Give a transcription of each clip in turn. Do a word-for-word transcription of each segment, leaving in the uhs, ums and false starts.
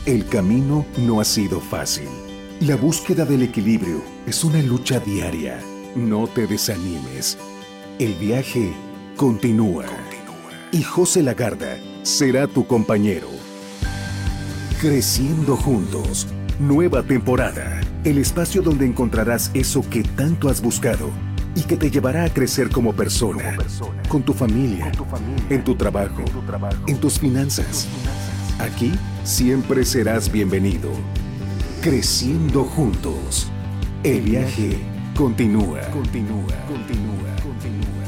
El camino no ha sido fácil. La búsqueda del equilibrio es una lucha diaria. No te desanimes. El viaje continúa. Y José Lagarda será tu compañero. Creciendo juntos. Nueva temporada. El espacio donde encontrarás eso que tanto has buscado y que te llevará a crecer como persona, como persona con, tu familia, con tu familia, en tu trabajo, en, tu trabajo, en tus finanzas. En tus finanzas. Aquí siempre serás bienvenido. Creciendo juntos. El viaje continúa, continúa, continúa, continúa.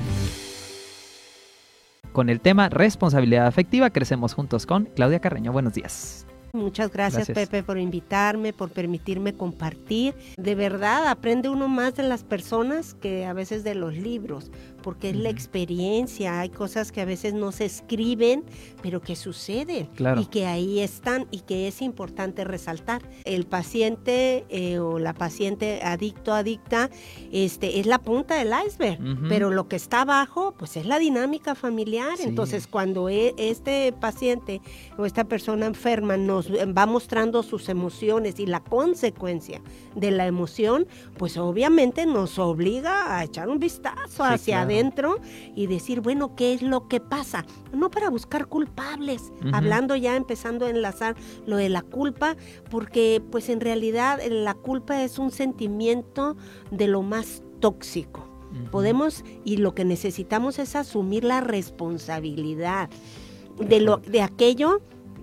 Con el tema responsabilidad afectiva, crecemos juntos con Claudia Carreño. Buenos días. Muchas gracias, gracias, Pepe, por invitarme, por permitirme compartir. De verdad, aprende uno más de las personas que a veces de los libros, porque es la experiencia. Hay cosas que a veces no se escriben, pero que suceden, claro, y que ahí están y que es importante resaltar. El paciente eh, o la paciente adicto, adicta, este, es la punta del iceberg, uh-huh. pero lo que está abajo, pues es la dinámica familiar. Sí. Entonces, cuando e- este paciente o esta persona enferma nos va mostrando sus emociones y la consecuencia de la emoción, pues obviamente nos obliga a echar un vistazo sí, hacia claro. adentro y decir, bueno, ¿qué es lo que pasa? No para buscar culpables, uh-huh. hablando ya, empezando a enlazar lo de la culpa, porque pues en realidad la culpa es un sentimiento de lo más tóxico. Uh-huh. Podemos, y lo que necesitamos es asumir la responsabilidad de, lo, de aquello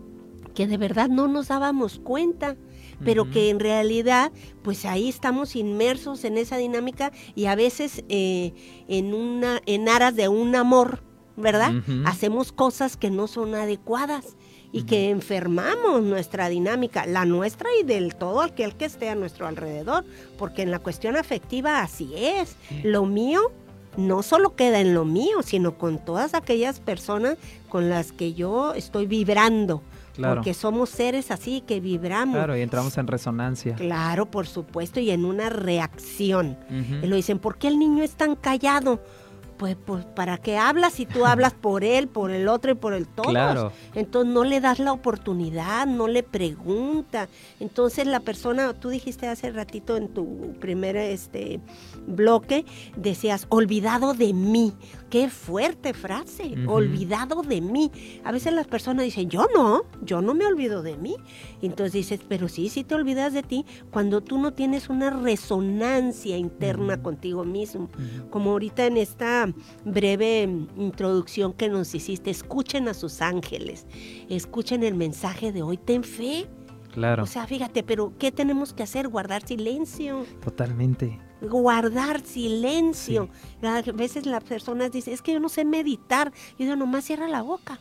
que de verdad no nos dábamos cuenta, pero uh-huh. que en realidad, pues ahí estamos inmersos en esa dinámica y a veces eh, en una, en aras de un amor, ¿verdad? Uh-huh. Hacemos cosas que no son adecuadas y uh-huh. que enfermamos nuestra dinámica, la nuestra y del todo aquel que esté a nuestro alrededor, porque en la cuestión afectiva así es, sí. lo mío no solo queda en lo mío, sino con todas aquellas personas con las que yo estoy vibrando. Claro. Porque somos seres así que vibramos. Claro, y entramos en resonancia. Claro, por supuesto, y en una reacción. Uh-huh. Y lo dicen, ¿por qué el niño es tan callado? Pues, pues para qué hablas si tú hablas por él, por el otro y por el todos. Claro. Entonces no le das la oportunidad, no le preguntas. Entonces la persona, tú dijiste hace ratito en tu primer este, bloque, decías, olvidado de mí. Qué fuerte frase, uh-huh. olvidado de mí. A veces las personas dicen, yo no, yo no me olvido de mí. Entonces dices, pero sí, sí te olvidas de ti cuando tú no tienes una resonancia interna uh-huh. contigo mismo. Uh-huh. Como ahorita en esta breve introducción que nos hiciste, escuchen a sus ángeles, escuchen el mensaje de hoy, ten fe. Claro. O sea, fíjate, pero ¿qué tenemos que hacer? Guardar silencio. Totalmente. Guardar silencio. Sí. A veces las personas dicen, es que yo no sé meditar. Yo digo, nomás cierra la boca.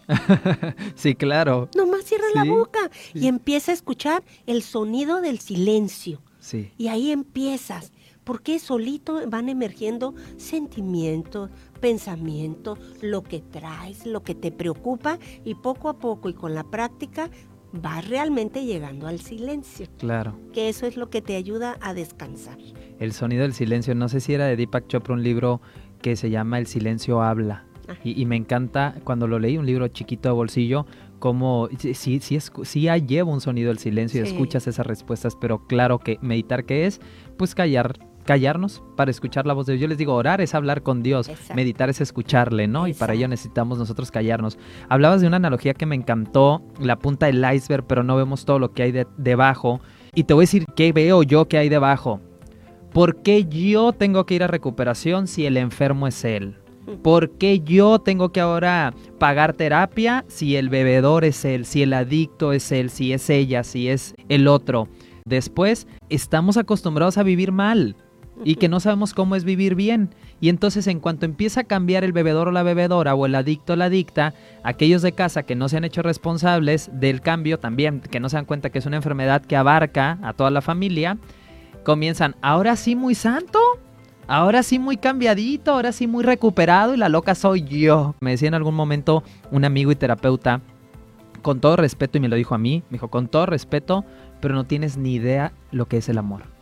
Sí, claro. Nomás cierra sí, la boca. Sí. Y empieza a escuchar el sonido del silencio. Sí. Y ahí empiezas. Porque solito van emergiendo sentimientos, pensamientos, lo que traes, lo que te preocupa, y poco a poco y con la práctica vas realmente llegando al silencio. Claro. Que eso es lo que te ayuda a descansar. El sonido del silencio, no sé si era de Deepak Chopra, un libro que se llama El silencio habla. Y, y me encanta, cuando lo leí, un libro chiquito de bolsillo, como sí, sí, sí, sí lleva un sonido del silencio y sí. escuchas esas respuestas, pero claro que meditar, ¿qué es? Pues callar, callarnos para escuchar la voz de Dios. Yo les digo, orar es hablar con Dios, exacto. meditar es escucharle, ¿no? Exacto. Y para ello necesitamos nosotros callarnos. Hablabas de una analogía que me encantó, la punta del iceberg, pero no vemos todo lo que hay de, debajo. Y te voy a decir, ¿qué veo yo que hay debajo? ¿Por qué yo tengo que ir a recuperación si el enfermo es él? ¿Por qué yo tengo que ahora pagar terapia si el bebedor es él, si el adicto es él, si es ella, si es el otro? Después, estamos acostumbrados a vivir mal y que no sabemos cómo es vivir bien. Y entonces, en cuanto empieza a cambiar el bebedor o la bebedora o el adicto o la adicta, aquellos de casa que no se han hecho responsables del cambio también, que no se dan cuenta que es una enfermedad que abarca a toda la familia, comienzan, ahora sí muy santo, ahora sí muy cambiadito, ahora sí muy recuperado y la loca soy yo. Me decía en algún momento un amigo y terapeuta, con todo respeto, y me lo dijo a mí, me dijo, con todo respeto, pero no tienes ni idea lo que es el amor.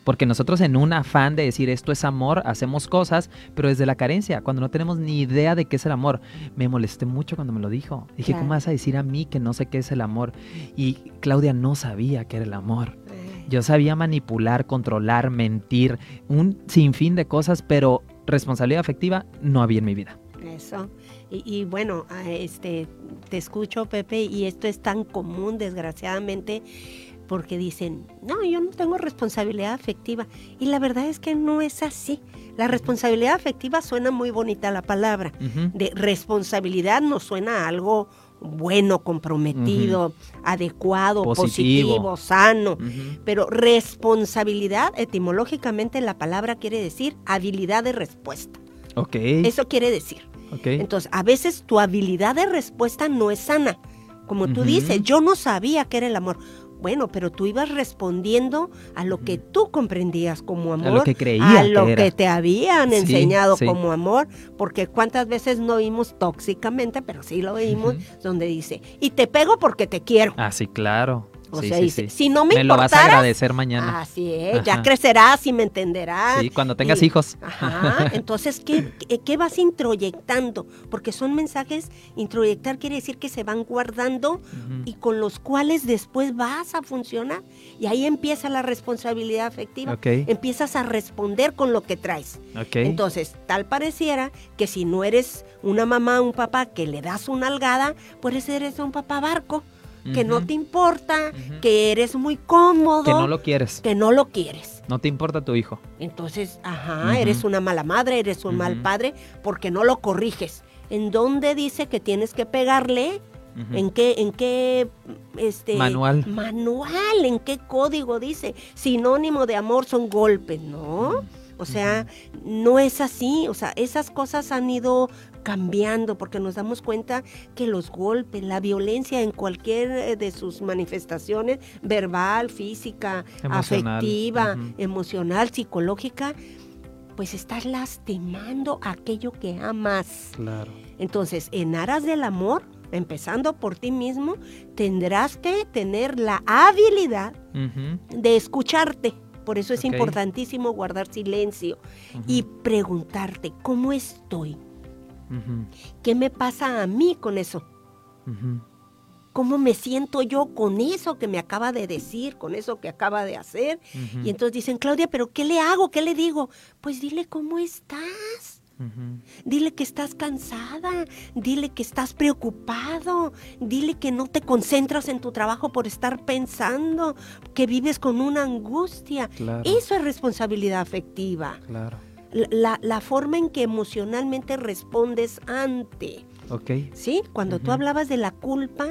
Porque nosotros en un afán de decir esto es amor, hacemos cosas, pero desde la carencia, cuando no tenemos ni idea de qué es el amor. Me molesté mucho cuando me lo dijo. Dije, claro. ¿Cómo vas a decir a mí que no sé qué es el amor? Y Claudia no sabía qué era el amor. Yo sabía manipular, controlar, mentir, un sinfín de cosas, pero responsabilidad afectiva no había en mi vida. Eso. Y, y bueno, este, te escucho, Pepe, y esto es tan común, desgraciadamente, porque dicen, no, yo no tengo responsabilidad afectiva. Y la verdad es que no es así. La responsabilidad afectiva suena muy bonita la palabra. Uh-huh. De responsabilidad nos suena a algo bueno, comprometido, uh-huh. adecuado, positivo, positivo sano. Uh-huh. Pero responsabilidad, etimológicamente la palabra quiere decir habilidad de respuesta. Okay. Eso quiere decir. Okay. Entonces, a veces tu habilidad de respuesta no es sana. Como tú uh-huh. dices, yo no sabía qué era el amor. Bueno, pero tú ibas respondiendo a lo que tú comprendías como amor, a lo que creías, a lo que, que te habían sí, enseñado sí. como amor, porque cuántas veces no oímos tóxicamente, pero sí lo oímos, uh-huh. donde dice, y te pego porque te quiero. Ah, sí, claro. O sí, sea, sí, dice, sí. si no me, me importaras, lo vas a agradecer mañana. Así es, ajá. ya crecerás y me entenderás. Sí, cuando tengas y, hijos. Ajá, entonces, ¿qué, ¿qué vas introyectando? Porque son mensajes, introyectar quiere decir que se van guardando uh-huh. y con los cuales después vas a funcionar. Y ahí empieza la responsabilidad afectiva. Okay. Empiezas a responder con lo que traes. Okay. Entonces, tal pareciera que si no eres una mamá, un papá que le das una algada, pues eres un papá barco. Que uh-huh. no te importa, uh-huh. que eres muy cómodo. Que no lo quieres. Que no lo quieres. No te importa tu hijo. Entonces, ajá, uh-huh. eres una mala madre, eres un uh-huh. mal padre, porque no lo corriges. ¿En dónde dice que tienes que pegarle? Uh-huh. ¿En qué, en qué este manual? Manual, ¿en qué código dice? Sinónimo de amor son golpes, ¿no? Uh-huh. O sea, uh-huh. no es así. O sea, esas cosas han ido cambiando porque nos damos cuenta que los golpes, la violencia en cualquier de sus manifestaciones, verbal, física, emocional. afectiva, uh-huh. emocional, psicológica, pues estás lastimando aquello que amas. Claro. Entonces, en aras del amor, empezando por ti mismo, tendrás que tener la habilidad uh-huh. de escucharte. Por eso es okay. importantísimo guardar silencio uh-huh. y preguntarte, ¿cómo estoy? Uh-huh. ¿Qué me pasa a mí con eso? Uh-huh. ¿Cómo me siento yo con eso que me acaba de decir, con eso que acaba de hacer? Uh-huh. Y entonces dicen, Claudia, ¿pero qué le hago? ¿Qué le digo? Pues dile cómo estás. Uh-huh. Dile que estás cansada, dile que estás preocupado, dile que no te concentras en tu trabajo por estar pensando, que vives con una angustia. Claro. Eso es responsabilidad afectiva. Claro. La, la forma en que emocionalmente respondes ante. Okay. ¿Sí? Cuando uh-huh. tú hablabas de la culpa,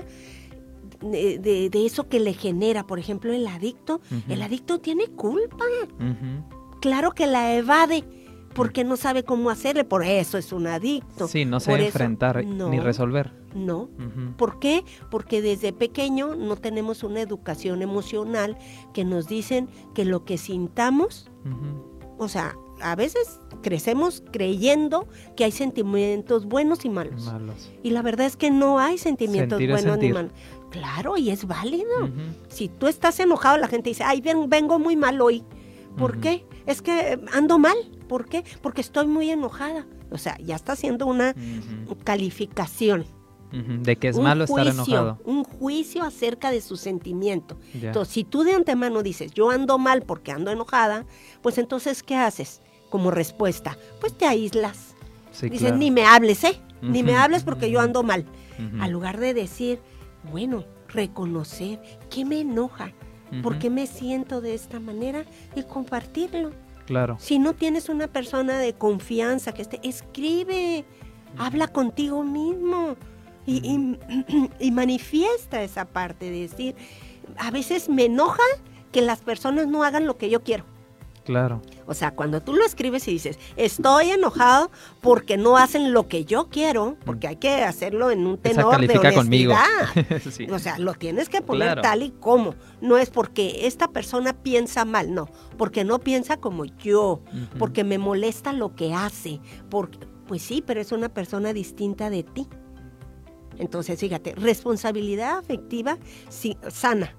de, de, de eso que le genera, por ejemplo, el adicto, uh-huh. el adicto tiene culpa. Uh-huh. Claro que la evade, porque no sabe cómo hacerle, por eso es un adicto. Sí, no sabe enfrentar no, ni resolver. No. Uh-huh. ¿Por qué? Porque desde pequeño no tenemos una educación emocional que nos dicen que lo que sintamos, uh-huh. o sea, a veces crecemos creyendo que hay sentimientos buenos y malos. malos. Y la verdad es que no hay sentimientos sentir buenos sentir. ni malos. Claro, y es válido. Uh-huh. Si tú estás enojado, la gente dice, ay, ven, vengo muy mal hoy. ¿Por uh-huh. qué? Es que ando mal. ¿Por qué? Porque estoy muy enojada. O sea, ya está haciendo una uh-huh. calificación. Uh-huh. De que es un malo juicio, estar enojado. Un juicio acerca de su sentimiento. Yeah. Entonces, si tú de antemano dices, yo ando mal porque ando enojada, pues entonces, ¿qué haces? Como respuesta, pues te aíslas. Sí, Dices, claro. ni me hables, ¿eh? Uh-huh. Ni me hables porque yo ando mal. Uh-huh. Al lugar de decir, bueno, reconocer qué me enoja, uh-huh. por qué me siento de esta manera y compartirlo. Claro. Si no tienes una persona de confianza que esté, escribe, uh-huh. habla contigo mismo y, uh-huh. y, y manifiesta esa parte de decir, a veces me enoja que las personas no hagan lo que yo quiero. Claro. O sea, cuando tú lo escribes y dices, estoy enojado porque no hacen lo que yo quiero, porque hay que hacerlo en un tenor de honestidad. Conmigo. Sí. O sea, lo tienes que poner Claro. tal y como. No es porque esta persona piensa mal, no. Porque no piensa como yo, uh-huh. porque me molesta lo que hace. Porque, pues sí, pero es una persona distinta de ti. Entonces, fíjate, responsabilidad afectiva sí, sana.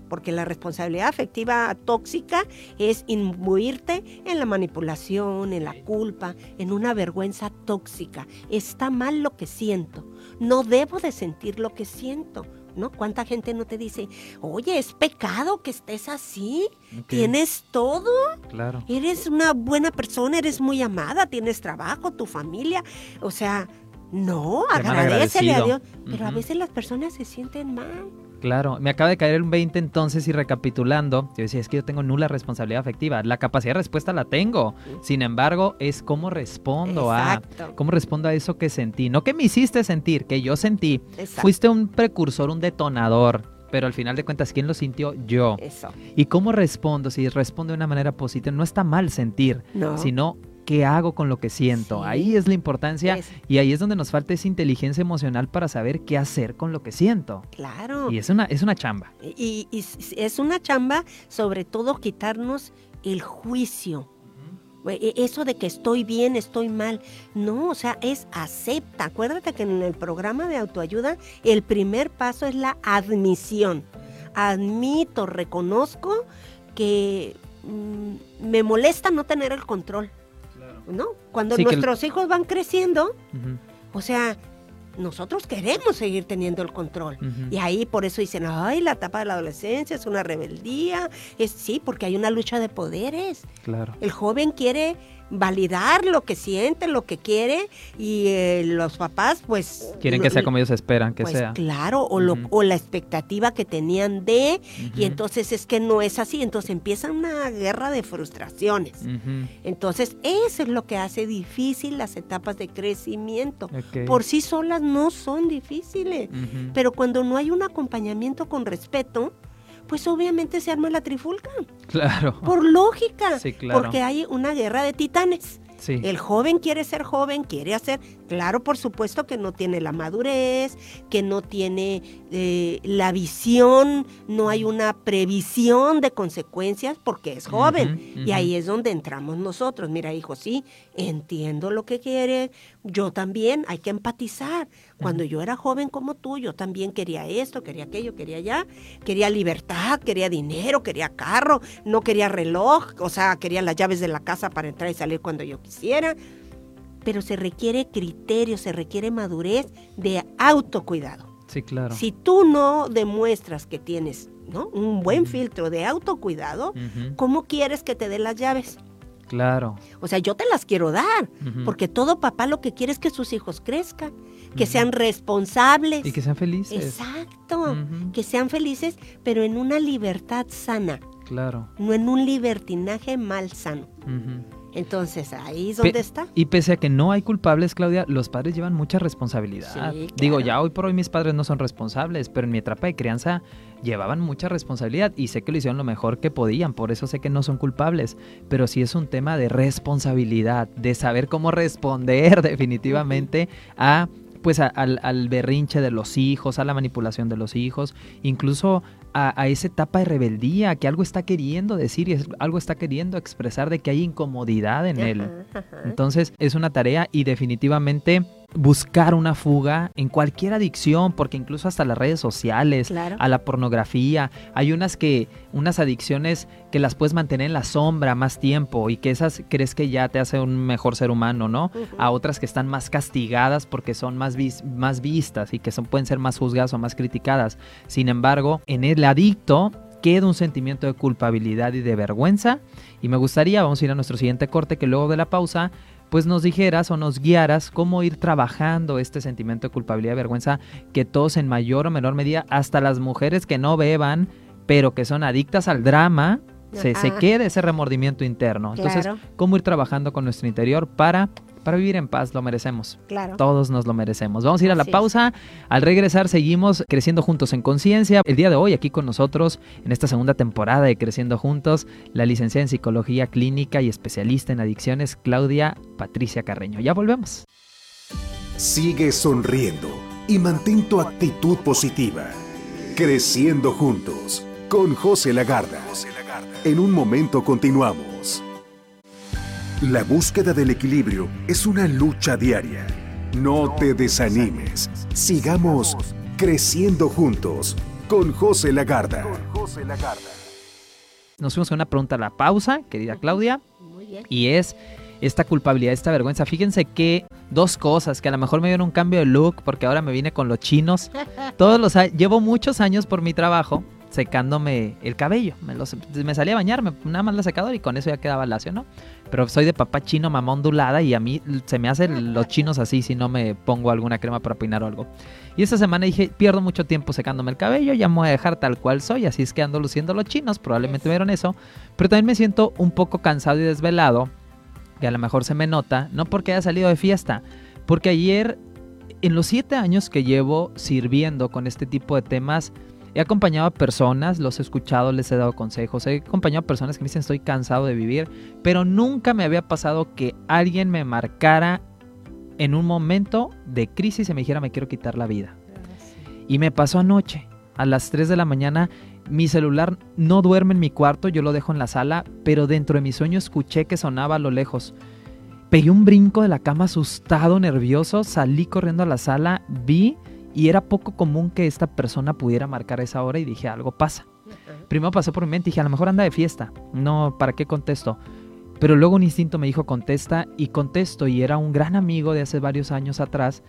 porque la responsabilidad afectiva tóxica es imbuirte en la manipulación, en la culpa, en una vergüenza tóxica. Está mal lo que siento, no debo de sentir lo que siento, ¿no? ¿Cuánta gente no te dice, oye, es pecado que estés así? Okay. ¿Tienes todo? Claro. Eres una buena persona, eres muy amada, tienes trabajo, tu familia, o sea, no, agradécele a Dios, pero uh-huh. a veces las personas se sienten mal. Claro, me acaba de caer el veinte entonces y recapitulando, yo decía, es que yo tengo nula responsabilidad afectiva, la capacidad de respuesta la tengo, sin embargo, es cómo respondo Exacto. a, cómo respondo a eso que sentí, no que me hiciste sentir, que yo sentí, Exacto. fuiste un precursor, un detonador, pero al final de cuentas, ¿quién lo sintió? Yo. Eso. ¿Y cómo respondo? Si respondo de una manera positiva, no está mal sentir, no. sino ¿qué hago con lo que siento? Sí. Ahí es la importancia es. y ahí es donde nos falta esa inteligencia emocional para saber qué hacer con lo que siento. Claro. Y es una, es una chamba. Y, y es una chamba, sobre todo, quitarnos el juicio. Uh-huh. Eso de que estoy bien, estoy mal. No, o sea, es acepta. Acuérdate que en el programa de autoayuda, el primer paso es la admisión. Admito, reconozco que mmm, me molesta no tener el control. ¿No? Cuando sí, nuestros el... hijos van creciendo, uh-huh. o sea, nosotros queremos seguir teniendo el control. Uh-huh. Y ahí por eso dicen, ay, la etapa de la adolescencia es una rebeldía. Es, sí, porque hay una lucha de poderes. Claro. El joven quiere validar lo que siente, lo que quiere, y eh, los papás, pues... Quieren que sea como ellos esperan que pues, sea. Claro, o, lo, uh-huh. o la expectativa que tenían de, uh-huh. y entonces es que no es así, entonces empieza una guerra de frustraciones. Uh-huh. Entonces, eso es lo que hace difícil las etapas de crecimiento. Okay. Por sí solas no son difíciles, uh-huh. pero cuando no hay un acompañamiento con respeto, pues obviamente se arma la trifulca. Claro. Por lógica. Sí, claro. Porque hay una guerra de titanes. Sí. El joven quiere ser joven, quiere hacer, claro, por supuesto que no tiene la madurez, que no tiene eh, la visión, no hay una previsión de consecuencias porque es joven. Uh-huh, uh-huh. Y ahí es donde entramos nosotros. Mira, hijo, sí, entiendo lo que quiere, yo también, hay que empatizar. Cuando uh-huh. yo era joven como tú, yo también quería esto, quería aquello, quería allá, quería libertad, quería dinero, quería carro, no quería reloj, o sea, quería las llaves de la casa para entrar y salir cuando yo quisiera, pero se requiere criterio, se requiere madurez de autocuidado. Sí, claro. Si tú no demuestras que tienes, ¿no?, un buen uh-huh. filtro de autocuidado, uh-huh. ¿cómo quieres que te dé las llaves? Claro. O sea, yo te las quiero dar, uh-huh. porque todo papá lo que quiere es que sus hijos crezcan, que uh-huh. sean responsables. Y que sean felices. Exacto, uh-huh. que sean felices, pero en una libertad sana. Claro. No en un libertinaje malsano. Uh-huh. Entonces, ahí es donde Pe- está. Y pese a que no hay culpables, Claudia, los padres llevan mucha responsabilidad. Sí, claro. Digo, ya hoy por hoy mis padres no son responsables, pero en mi etapa de crianza llevaban mucha responsabilidad y sé que lo hicieron lo mejor que podían, por eso sé que no son culpables, pero sí es un tema de responsabilidad, de saber cómo responder definitivamente uh-huh. a... pues a, al, al berrinche de los hijos, a la manipulación de los hijos, incluso a, a esa etapa de rebeldía, que algo está queriendo decir y es, algo está queriendo expresar de que hay incomodidad en ajá, él. Ajá. Entonces es una tarea y definitivamente buscar una fuga en cualquier adicción, porque incluso hasta las redes sociales, claro. a la pornografía, hay unas que, unas adicciones que las puedes mantener en la sombra más tiempo y que esas crees que ya te hace un mejor ser humano, ¿no? Uh-huh. A otras que están más castigadas porque son más, vis- más vistas y que son, pueden ser más juzgadas o más criticadas. Sin embargo, en el adicto queda un sentimiento de culpabilidad y de vergüenza, y me gustaría, vamos a ir a nuestro siguiente corte, que luego de la pausa pues nos dijeras o nos guiaras cómo ir trabajando este sentimiento de culpabilidad y vergüenza que todos en mayor o menor medida, hasta las mujeres que no beban, pero que son adictas al drama, se, se quede ese remordimiento interno. Entonces, claro. cómo ir trabajando con nuestro interior para... para vivir en paz, lo merecemos. Claro. Todos nos lo merecemos. Vamos a ir a la Así pausa. Es. Al regresar seguimos creciendo juntos en conciencia. El día de hoy aquí con nosotros en esta segunda temporada de Creciendo Juntos, la licenciada en Psicología Clínica y especialista en adicciones, Claudia Patricia Carreño. Ya volvemos. Sigue sonriendo y mantén tu actitud positiva. Creciendo Juntos con José Lagarda. En un momento continuamos. La búsqueda del equilibrio es una lucha diaria. No te desanimes. Sigamos creciendo juntos con José Lagarda. Con José Lagarda. Nos fuimos a una pregunta a la pausa, querida Claudia. Muy bien. Y es esta culpabilidad, esta vergüenza. Fíjense que dos cosas, que a lo mejor me dieron un cambio de look porque ahora me vine con los chinos. Todos los Llevo muchos años por mi trabajo secándome el cabello. Me, los, me salía a bañarme, nada más la secadora y con eso ya quedaba lacio, ¿no? Pero soy de papá chino, mamá ondulada y a mí se me hacen los chinos así si no me pongo alguna crema para peinar o algo. Y esta semana dije, pierdo mucho tiempo secándome el cabello, ya me voy a dejar tal cual soy, así es que ando luciendo los chinos, probablemente me vieron eso. Pero también me siento un poco cansado y desvelado, que a lo mejor se me nota, no porque haya salido de fiesta, porque ayer, en los siete años que llevo sirviendo con este tipo de temas, he acompañado a personas, los he escuchado, les he dado consejos, he acompañado a personas que me dicen estoy cansado de vivir, pero nunca me había pasado que alguien me marcara en un momento de crisis y me dijera me quiero quitar la vida. Y me pasó anoche, a las tres de la mañana, mi celular no duerme en mi cuarto, yo lo dejo en la sala, pero dentro de mi sueño escuché que sonaba a lo lejos. Pegué un brinco de la cama asustado, nervioso, salí corriendo a la sala, vi y era poco común que esta persona pudiera marcar a esa hora y dije algo pasa. Uh-huh. Primero pasó por mi mente y dije a lo mejor anda de fiesta, no, ¿para qué contesto? Pero luego un instinto me dijo contesta y contesto y era un gran amigo de hace varios años atrás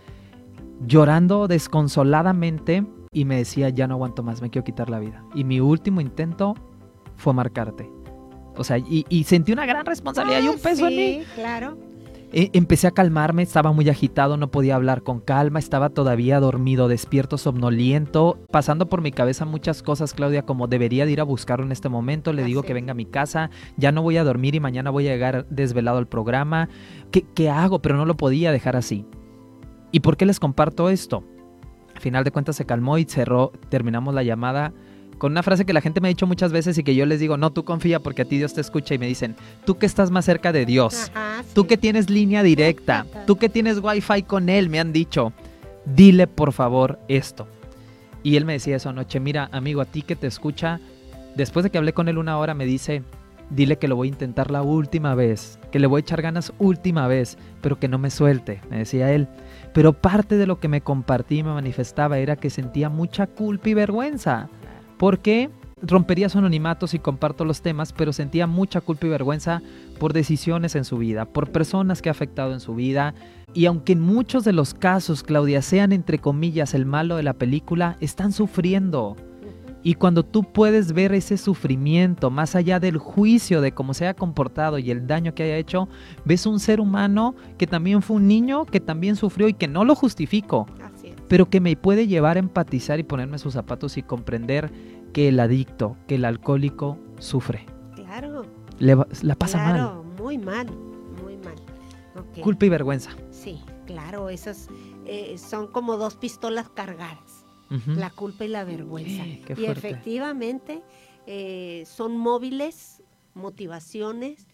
llorando desconsoladamente y me decía ya no aguanto más, me quiero quitar la vida. Y mi último intento fue marcarte. O sea, y, y sentí una gran responsabilidad ah, y un peso sí, en mí. Claro. E- empecé a calmarme, estaba muy agitado, no podía hablar con calma, estaba todavía dormido, despierto, somnoliento, pasando por mi cabeza muchas cosas, Claudia, como debería de ir a buscarlo en este momento, le digo que venga a mi casa, ya no voy a dormir y mañana voy a llegar desvelado al programa. ¿Qué, qué hago? Pero no lo podía dejar así. ¿Y por qué les comparto esto? Al final de cuentas se calmó y cerró, terminamos la llamada con una frase que la gente me ha dicho muchas veces y que yo les digo, no, tú confía porque a ti Dios te escucha y me dicen, tú que estás más cerca de Dios, Ajá, sí. tú que tienes línea directa, tú que tienes wifi con Él, me han dicho, dile por favor esto. Y él me decía eso anoche, mira amigo, a ti que te escucha, después de que hablé con él una hora me dice, dile que lo voy a intentar la última vez, que le voy a echar ganas última vez, pero que no me suelte, me decía él. Pero parte de lo que me compartí y me manifestaba era que sentía mucha culpa y vergüenza. Porque rompería su anonimato si comparto los temas, pero sentía mucha culpa y vergüenza por decisiones en su vida, por personas que ha afectado en su vida. Y aunque en muchos de los casos, Claudia, sean entre comillas el malo de la película, están sufriendo. Y cuando tú puedes ver ese sufrimiento, más allá del juicio de cómo se haya comportado y el daño que haya hecho, ves un ser humano que también fue un niño, que también sufrió y que no lo justifico, Así es. pero que me puede llevar a empatizar y ponerme sus zapatos y comprender que el adicto, que el alcohólico sufre. Claro. Le va, la pasa claro, mal. Claro, muy mal, muy mal. Okay. Culpa y vergüenza. Sí, claro, esas eh, son como dos pistolas cargadas. Uh-huh. La culpa y la vergüenza. Qué, qué y efectivamente eh, son móviles, motivaciones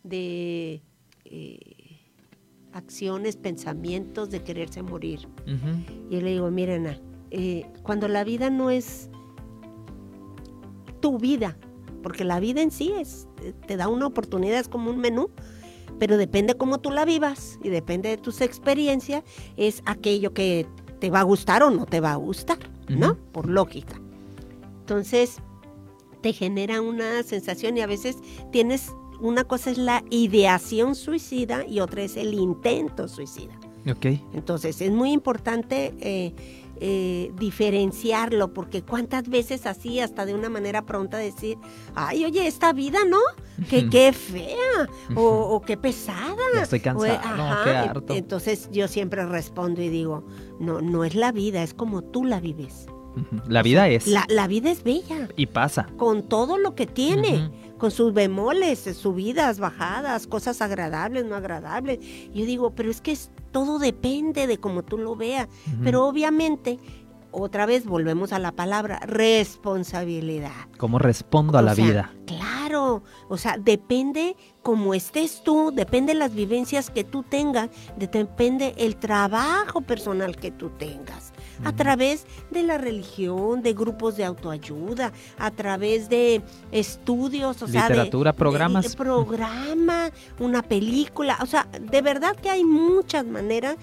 de eh, acciones, pensamientos de quererse morir. Uh-huh. Y yo le digo, miren, eh, cuando la vida no es tu vida, porque la vida en sí es, te da una oportunidad, es como un menú, pero depende cómo tú la vivas y depende de tus experiencias, es aquello que te va a gustar o no te va a gustar, ¿no? Uh-huh. Por lógica. Entonces, te genera una sensación y a veces tienes, una cosa es la ideación suicida y otra es el intento suicida. Okay. Entonces, es muy importante eh, eh, diferenciarlo, porque cuántas veces así, hasta de una manera pronta decir, ay, oye, esta vida, ¿no? Que qué fea, o, o qué pesada. Ya estoy cansado, o, ajá, no, qué harto. Entonces, yo siempre respondo y digo, no, no es la vida, es como tú la vives. La vida es. La, la vida es bella. Y pasa. Con todo lo que tiene, uh-huh. con sus bemoles, subidas, bajadas, cosas agradables, no agradables. Yo digo, pero es que es, todo depende de cómo tú lo veas. Uh-huh. Pero obviamente, otra vez volvemos a la palabra, responsabilidad. ¿Cómo respondo a la o sea, vida? Claro, o sea, depende cómo estés tú, depende las vivencias que tú tengas, depende el trabajo personal que tú tengas. A través de la religión, de grupos de autoayuda, a través de estudios, o sea, literatura, de, programas. De, de programa, una película, o sea, de verdad que hay muchas maneras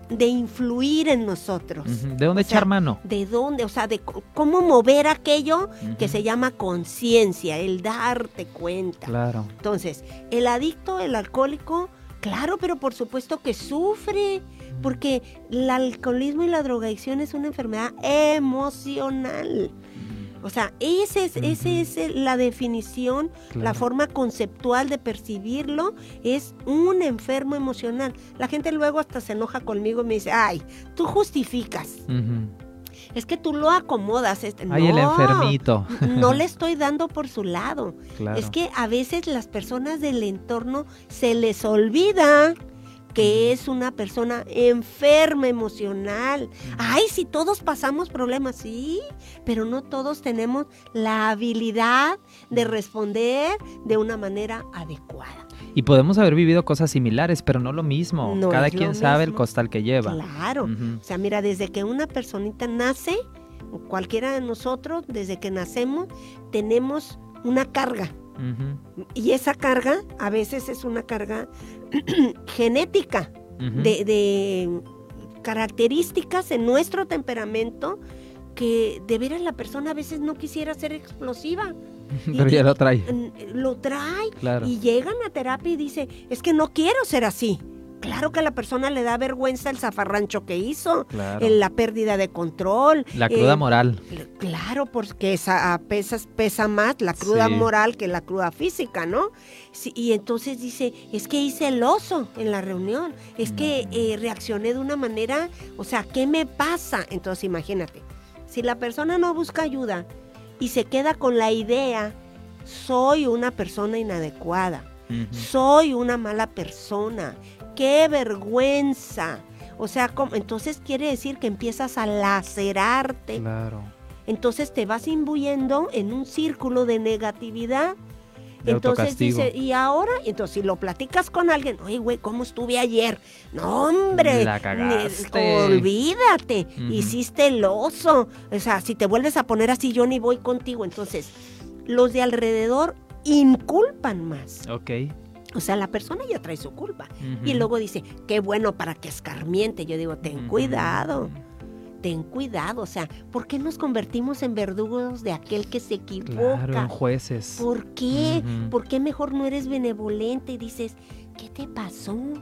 de influir en nosotros. Uh-huh. ¿De dónde o sea, echar mano? ¿De dónde? O sea, de c- cómo mover aquello Uh-huh. que se llama conciencia, el darte cuenta. Claro. Entonces, el adicto, el alcohólico, claro, pero por supuesto que sufre, porque el alcoholismo y la drogadicción es una enfermedad emocional. O sea, esa es, Uh-huh. ese es el- la definición, Claro. la forma conceptual de percibirlo, es un enfermo emocional. La gente luego hasta se enoja conmigo y me dice, ay, tú justificas, Uh-huh. es que tú lo acomodas. Este. Ay, no, el enfermito. no le estoy dando por su lado. Claro. Es que a veces las personas del entorno se les olvida que es una persona enferma emocional. Ay, si todos pasamos problemas, sí, pero no todos tenemos la habilidad de responder de una manera adecuada. Y podemos haber vivido cosas similares, pero no lo mismo. No Cada es lo quien sabe el mismo. costal que lleva. Claro. Ujú. O sea, mira, desde que una personita nace, cualquiera de nosotros, desde que nacemos, tenemos una carga. Ujú. Y esa carga a veces es una carga genética, Ujú. de, de características en nuestro temperamento que de veras la persona a veces no quisiera ser explosiva. Pero Y- ya lo trae. y- Lo trae Claro. y llegan a terapia y dice, es que no quiero ser así. Claro que a la persona le da vergüenza el zafarrancho que hizo, Claro. eh, la pérdida de control. La cruda eh, moral. Claro, porque esa a pesas, pesa más la cruda Sí. moral que la cruda física, ¿no? Sí, y entonces dice, es que hice el oso en la reunión, es que eh, reaccioné de una manera, o sea, ¿qué me pasa? Entonces imagínate, si la persona no busca ayuda y se queda con la idea, soy una persona inadecuada, Ujú. soy una mala persona, qué vergüenza. O sea, ¿cómo? Entonces quiere decir que empiezas a lacerarte. Claro. Entonces te vas imbuyendo en un círculo de negatividad. De Entonces autocastigo. dice, ¿y ahora? Entonces si lo platicas con alguien, oye, güey, ¿cómo estuve ayer? No, hombre. La cagaste. ni- olvídate. Ujú. Hiciste el oso. O sea, si te vuelves a poner así, yo ni voy contigo. Entonces, los de alrededor inculpan más. Ok. O sea, la persona ya trae su culpa. Ujú. Y luego dice, qué bueno para que escarmiente. Yo digo, ten Ujú. cuidado, ten cuidado. O sea, ¿por qué nos convertimos en verdugos de aquel que se equivoca? Claro, en jueces. ¿Por qué? Ujú. ¿Por qué mejor no eres benevolente y dices, ¿qué te pasó? Ujú.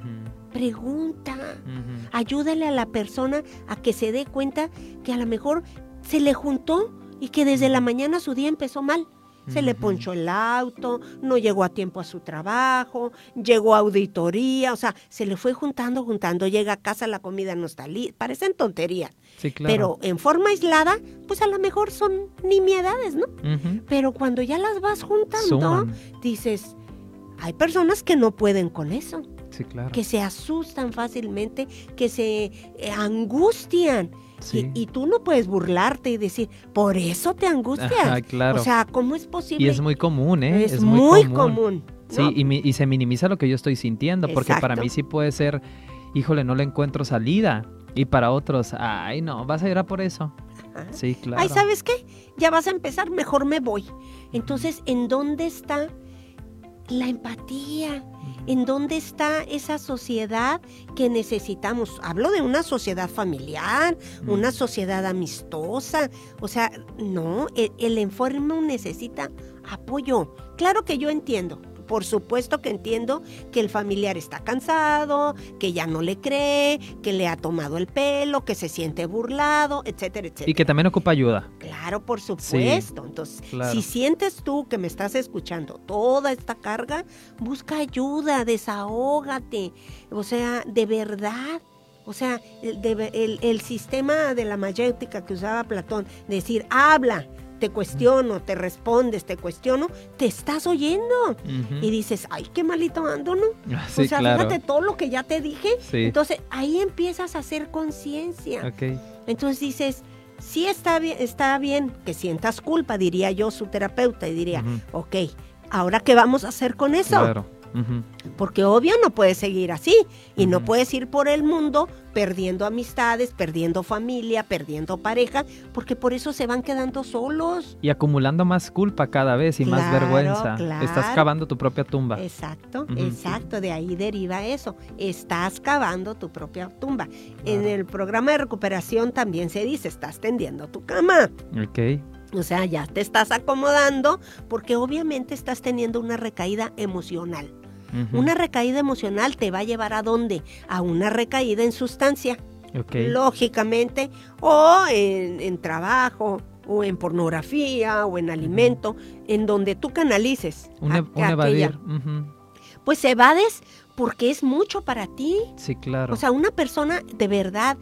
Pregunta. Ujú. Ayúdale a la persona a que se dé cuenta que a lo mejor se le juntó y que desde la mañana su día empezó mal. Se le Ujú. ponchó el auto, no llegó a tiempo a su trabajo, llegó a auditoría, o sea, se le fue juntando, juntando, llega a casa, la comida no está lista, parecen tonterías, Sí, claro. pero en forma aislada, pues a lo mejor son nimiedades, ¿no? Ujú. Pero cuando ya las vas juntando, Suman. dices, hay personas que no pueden con eso, Sí, claro. que se asustan fácilmente, que se eh, angustian. Sí. Y, y tú no puedes burlarte y decir, por eso te angustias. Ajá, claro. O sea, ¿cómo es posible? Y es muy común, ¿eh? Es muy común, Sí, ¿no? y, mi- y se minimiza lo que yo estoy sintiendo, porque para Exacto. mí sí puede ser, híjole, no le encuentro salida. Y para otros, ay, no, vas a ir a por eso. Ajá. Sí, claro. Ay, ¿sabes qué? Ya vas a empezar, mejor me voy. Entonces, ¿en dónde está la empatía? ¿En dónde está esa sociedad que necesitamos? Hablo de una sociedad familiar, Mm. una sociedad amistosa. O sea, no, el, el enfermo necesita apoyo. Claro que yo entiendo. Por supuesto que entiendo que el familiar está cansado, que ya no le cree, que le ha tomado el pelo, que se siente burlado, etcétera, etcétera. Y que también ocupa ayuda. Claro, por supuesto. Entonces, claro. si sientes tú que me estás escuchando toda esta carga, busca ayuda, desahógate. O sea, de verdad. O sea, el, de- el- el sistema de la mayéutica que usaba Platón, decir, habla, te cuestiono, te respondes, te cuestiono, te estás oyendo. Ujú. Y dices, ay, qué malito ando, ¿no? Sí, o sea, claro. fíjate todo lo que ya te dije. Sí. Entonces, ahí empiezas a hacer conciencia. Ok. Entonces dices, sí está bien, está bien que sientas culpa, diría yo, su terapeuta, y diría, Ujú. ok, ¿ahora qué vamos a hacer con eso? Claro. Uh-huh. Porque obvio no puedes seguir así y uh-huh. no puedes ir por el mundo perdiendo amistades, perdiendo familia, perdiendo pareja, porque por eso se van quedando solos. Y acumulando más culpa cada vez y claro, más vergüenza. Claro. Estás cavando tu propia tumba. Exacto, uh-huh. exacto, de ahí deriva eso. Estás cavando tu propia tumba. Claro. En el programa de recuperación también se dice, estás tendiendo tu cama. Ok. O sea, ya te estás acomodando porque obviamente estás teniendo una recaída emocional. Uh-huh. Una recaída emocional te va a llevar ¿a dónde? A una recaída en sustancia, okay. lógicamente, o en, en trabajo, o en pornografía, o en alimento, uh-huh. en donde tú canalices. Un, a, un evadir. Uh-huh. Pues evades porque es mucho para ti. Sí, claro. O sea, una persona de verdad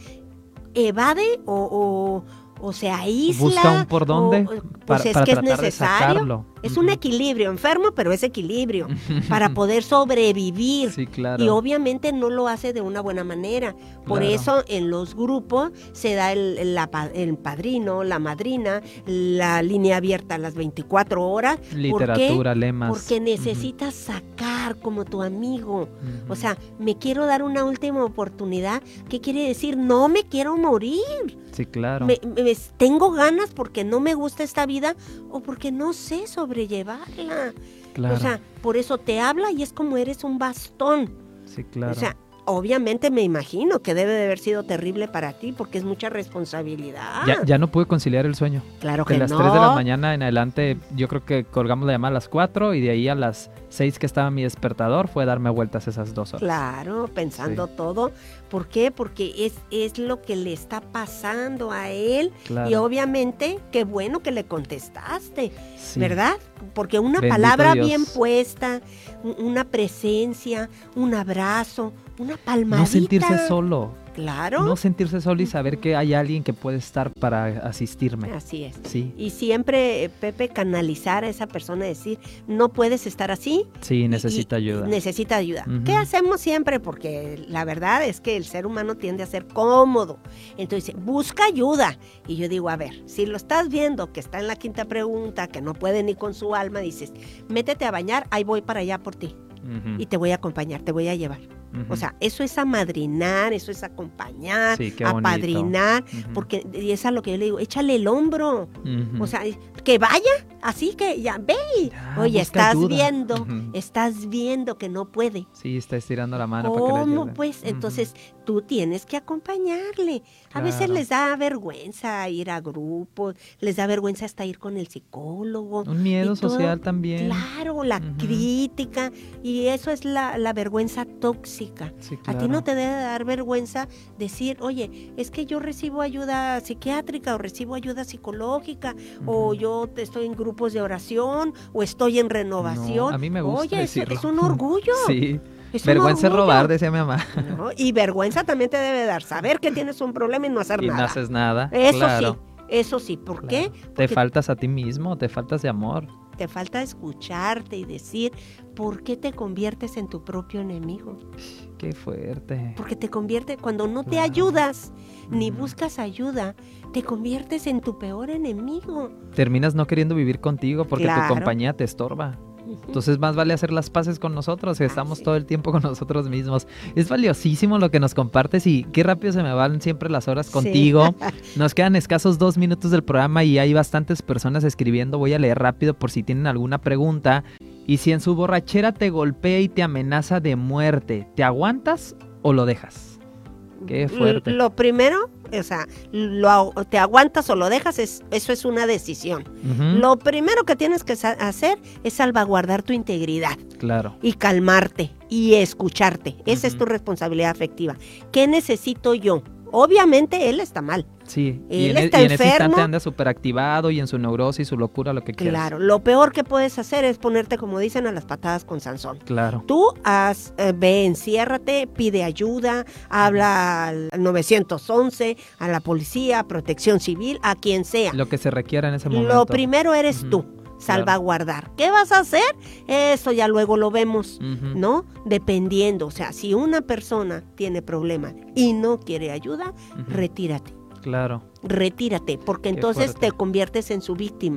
evade o... o o se aísla. Busca un por dónde. O, pues para, es para que es tratar necesario. De sacarlo. Es uh-huh. un equilibrio, enfermo, pero es equilibrio para poder sobrevivir. Sí, claro. Y obviamente no lo hace de una buena manera. Por claro. eso en los grupos se da el, la, el padrino, la madrina, la línea abierta a las veinticuatro horas. Literatura, ¿Por qué? lemas. Porque necesitas uh-huh. sacar como tu amigo. Uh-huh. O sea, me quiero dar una última oportunidad. ¿Qué quiere decir? No me quiero morir. Sí, claro. Me, me, tengo ganas porque no me gusta esta vida o porque no sé sobrellevarla. Claro. O sea, por eso te habla y es como eres un bastón. Sí, claro. O sea, obviamente me imagino que debe de haber sido terrible para ti porque es mucha responsabilidad. Ya, ya no pude conciliar el sueño. Claro que no. De las tres de la mañana en adelante, yo creo que colgamos la llamada a las cuatro y de ahí a las seis que estaba mi despertador fue darme vueltas esas dos horas. Claro, pensando sí. todo. ¿Por qué? Porque es, es lo que le está pasando a él. Claro. Y obviamente, qué bueno que le contestaste, sí. ¿verdad? Porque una Bendito palabra Dios. bien puesta, una presencia, un abrazo, una palmadita. No sentirse solo. Claro. No sentirse solo y saber que hay alguien que puede estar para asistirme. Así es. Sí. Y siempre, Pepe, canalizar a esa persona, decir, no puedes estar así. Sí, necesita y, y ayuda. Necesita ayuda. Uh-huh. ¿Qué hacemos siempre? Porque la verdad es que el ser humano tiende a ser cómodo. Entonces, busca ayuda. Y yo digo, a ver, si lo estás viendo que está en la quinta pregunta, que no puede ni con su alma, dices, métete a bañar, ahí voy para allá por ti. Uh-huh. Y te voy a acompañar, te voy a llevar. Uh-huh. O sea, eso es amadrinar, eso es acompañar, sí, apadrinar, uh-huh. porque y es a lo que yo le digo, échale el hombro, uh-huh. o sea, que vaya, así que ya, ve, ya, oye, estás ayuda. viendo, uh-huh. estás viendo que no puede. Sí, está estirando la mano ¿Cómo, para que le ayude. Pues? Uh-huh. Entonces, tú tienes que acompañarle. A claro. veces les da vergüenza ir a grupos, les da vergüenza hasta ir con el psicólogo. Un miedo social también. Claro, la uh-huh. crítica, y eso es la, la vergüenza tóxica. Sí, claro. A ti no te debe dar vergüenza decir, oye, es que yo recibo ayuda psiquiátrica o recibo ayuda psicológica uh-huh. o yo estoy en grupos de oración o estoy en renovación. No, a mí me gusta oye, decirlo. Es, es un orgullo. Sí. Es vergüenza es robar, decía mi mamá. ¿No? Y vergüenza también te debe dar saber que tienes un problema y no hacer y nada. Y no haces nada. Eso claro. sí. Eso sí, ¿por claro. qué? Porque te faltas a ti mismo, te faltas de amor. Te falta escucharte y decir, ¿por qué te conviertes en tu propio enemigo? Qué fuerte. Porque te convierte, cuando no claro. te ayudas, ni buscas ayuda, te conviertes en tu peor enemigo. Terminas no queriendo vivir contigo porque claro. tu compañía te estorba. Entonces más vale hacer las paces con nosotros, estamos ah, sí. todo el tiempo con nosotros mismos. Es valiosísimo lo que nos compartes y qué rápido se me van siempre las horas contigo. Sí. Nos quedan escasos dos minutos del programa y hay bastantes personas escribiendo. Voy a leer rápido por si tienen alguna pregunta. Y si en su borrachera te golpea y te amenaza de muerte, ¿te aguantas o lo dejas? Qué fuerte. Lo primero, o sea, lo, te aguantas o lo dejas, es, eso es una decisión. Uh-huh. Lo primero que tienes que sa- hacer es salvaguardar tu integridad. Claro. Y calmarte y escucharte. Esa uh-huh. es tu responsabilidad afectiva. ¿Qué necesito yo? Obviamente él está mal. Sí, él y en, está y en enfermo. ese instante anda súper activado y en su neurosis, su locura, lo que quieras. Claro, lo peor que puedes hacer es ponerte, como dicen, a las patadas con Sansón. Claro. Tú haz, eh, ve, enciérrate, pide ayuda, habla al nueve once, a la policía, a Protección Civil, a quien sea. Lo que se requiera en ese momento. Lo primero eres uh-huh. tú. Salvaguardar. Claro. ¿Qué vas a hacer? Eso ya luego lo vemos, uh-huh. ¿no? Dependiendo, o sea, si una persona tiene problemas y no quiere ayuda, uh-huh. retírate. Claro. Retírate, porque Qué entonces fuerte. te conviertes en su víctima.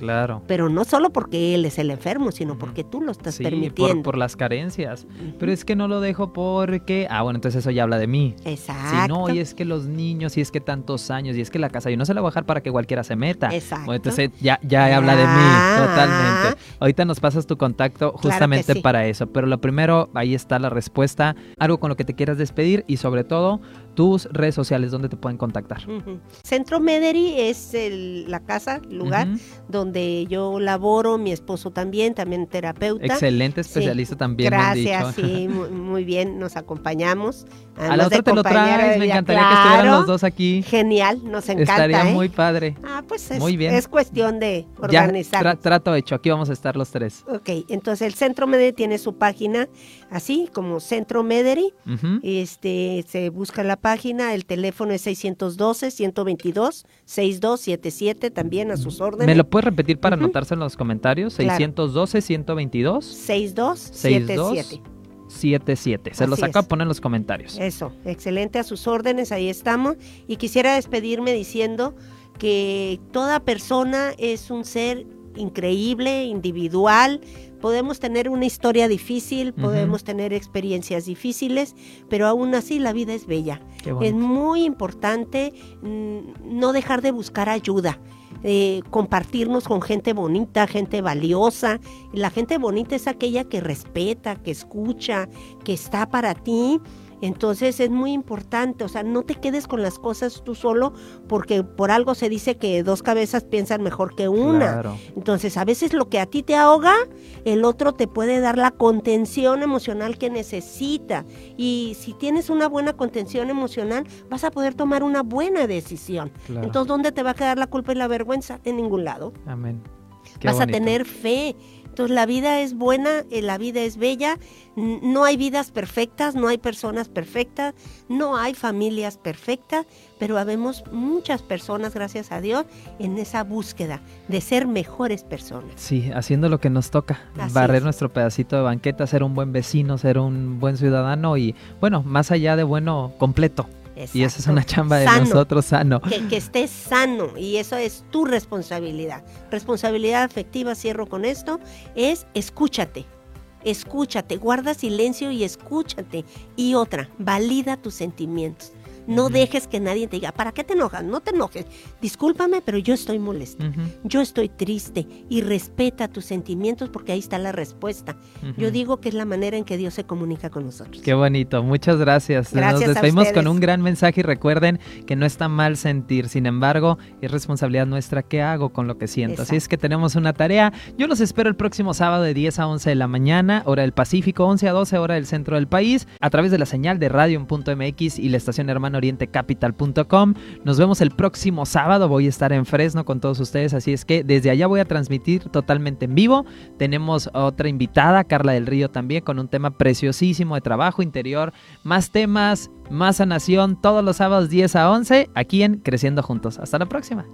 Claro. Pero no solo porque él es el enfermo, sino porque tú lo estás sí, permitiendo. Por, por las carencias. Uh-huh. Pero es que no lo dejo porque, ah, bueno, entonces eso ya habla de mí. Exacto. Si no, y es que los niños, y es que tantos años, y es que la casa, yo no se la voy a bajar para que cualquiera se meta. Exacto. Bueno, entonces ya, ya, ya habla de mí, totalmente. Ahorita nos pasas tu contacto justamente claro sí. para eso. Pero lo primero, ahí está la respuesta. Algo con lo que te quieras despedir y sobre todo tus redes sociales, donde te pueden contactar. Uh-huh. Centro Mederi es el, la casa, el lugar uh-huh. donde yo laboro, mi esposo también, también terapeuta. Excelente especialista sí. también. Gracias, sí, muy, muy bien, nos acompañamos. A la otra te lo traes, me encantaría claro, que estuvieran los dos aquí. Genial, nos encanta. Estaría ¿eh? muy padre. Ah, pues es, muy bien. es cuestión de organizar. Ya, tra- trato hecho, aquí vamos a estar los tres. Ok, entonces el Centro Mederi tiene su página así como Centro Mederi, uh-huh. este, se busca la página, el teléfono es seiscientos doce, ciento veintidós, sesenta y dos setenta y siete, también a sus órdenes. ¿Me lo puedes repetir para uh-huh. anotarse en los comentarios? Claro. seiscientos doce, ciento veintidós, sesenta y dos setenta y siete. setenta y siete. Se Así los acabo de es. poner en los comentarios. Eso, excelente, a sus órdenes, ahí estamos. Y quisiera despedirme diciendo que toda persona es un ser increíble, individual. Podemos tener una historia difícil, podemos uh-huh. tener experiencias difíciles, pero aún así la vida es bella. Es muy importante mmm, no dejar de buscar ayuda, eh, compartirnos con gente bonita, gente valiosa. La gente bonita es aquella que respeta, que escucha, que está para ti. Entonces es muy importante, o sea, no te quedes con las cosas tú solo, porque por algo se dice que dos cabezas piensan mejor que una. Claro. Entonces a veces lo que a ti te ahoga, el otro te puede dar la contención emocional que necesita. Y si tienes una buena contención emocional, vas a poder tomar una buena decisión. Claro. Entonces, ¿dónde te va a quedar la culpa y la vergüenza? En ningún lado. Amén. Qué vas bonito. a tener fe. Entonces la vida es buena, la vida es bella, no hay vidas perfectas, no hay personas perfectas, no hay familias perfectas, pero habemos muchas personas, gracias a Dios, en esa búsqueda de ser mejores personas. Sí, haciendo lo que nos toca, Así barrer es. nuestro pedacito de banqueta, ser un buen vecino, ser un buen ciudadano y, bueno, más allá de bueno, completo. Exacto. Y esa es una chamba de sano, nosotros, sano. Que, que estés sano, y eso es tu responsabilidad. Responsabilidad afectiva, cierro con esto, es escúchate. Escúchate, guarda silencio y escúchate. Y otra, valida tus sentimientos. No uh-huh. dejes que nadie te diga, ¿para qué te enojas? No te enojes. Discúlpame, pero yo estoy molesta. Uh-huh. Yo estoy triste. Y respeta tus sentimientos porque ahí está la respuesta. Uh-huh. Yo digo que es la manera en que Dios se comunica con nosotros. Qué bonito. Muchas gracias. Gracias. Nos despedimos con un gran mensaje y recuerden que no está mal sentir. Sin embargo, es responsabilidad nuestra qué hago con lo que siento. Exacto. Así es que tenemos una tarea. Yo los espero el próximo sábado de diez a once de la mañana, hora del Pacífico, once a doce, hora del centro del país, a través de la señal de radio punto m x y la estación hermana oriente capital punto com. Nos vemos el próximo sábado, voy a estar en Fresno con todos ustedes, así es que desde allá voy a transmitir totalmente en vivo. Tenemos otra invitada, Carla del Río, también con un tema preciosísimo de trabajo interior, más temas, más sanación, todos los sábados diez a once, aquí en Creciendo Juntos. Hasta la próxima.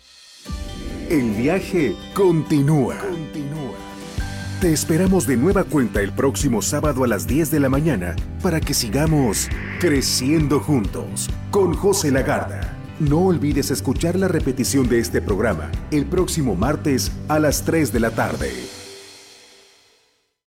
El viaje continúa. Continúa. Te esperamos de nueva cuenta el próximo sábado a las diez de la mañana para que sigamos creciendo juntos con José Lagarda. No olvides escuchar la repetición de este programa el próximo martes a las tres de la tarde.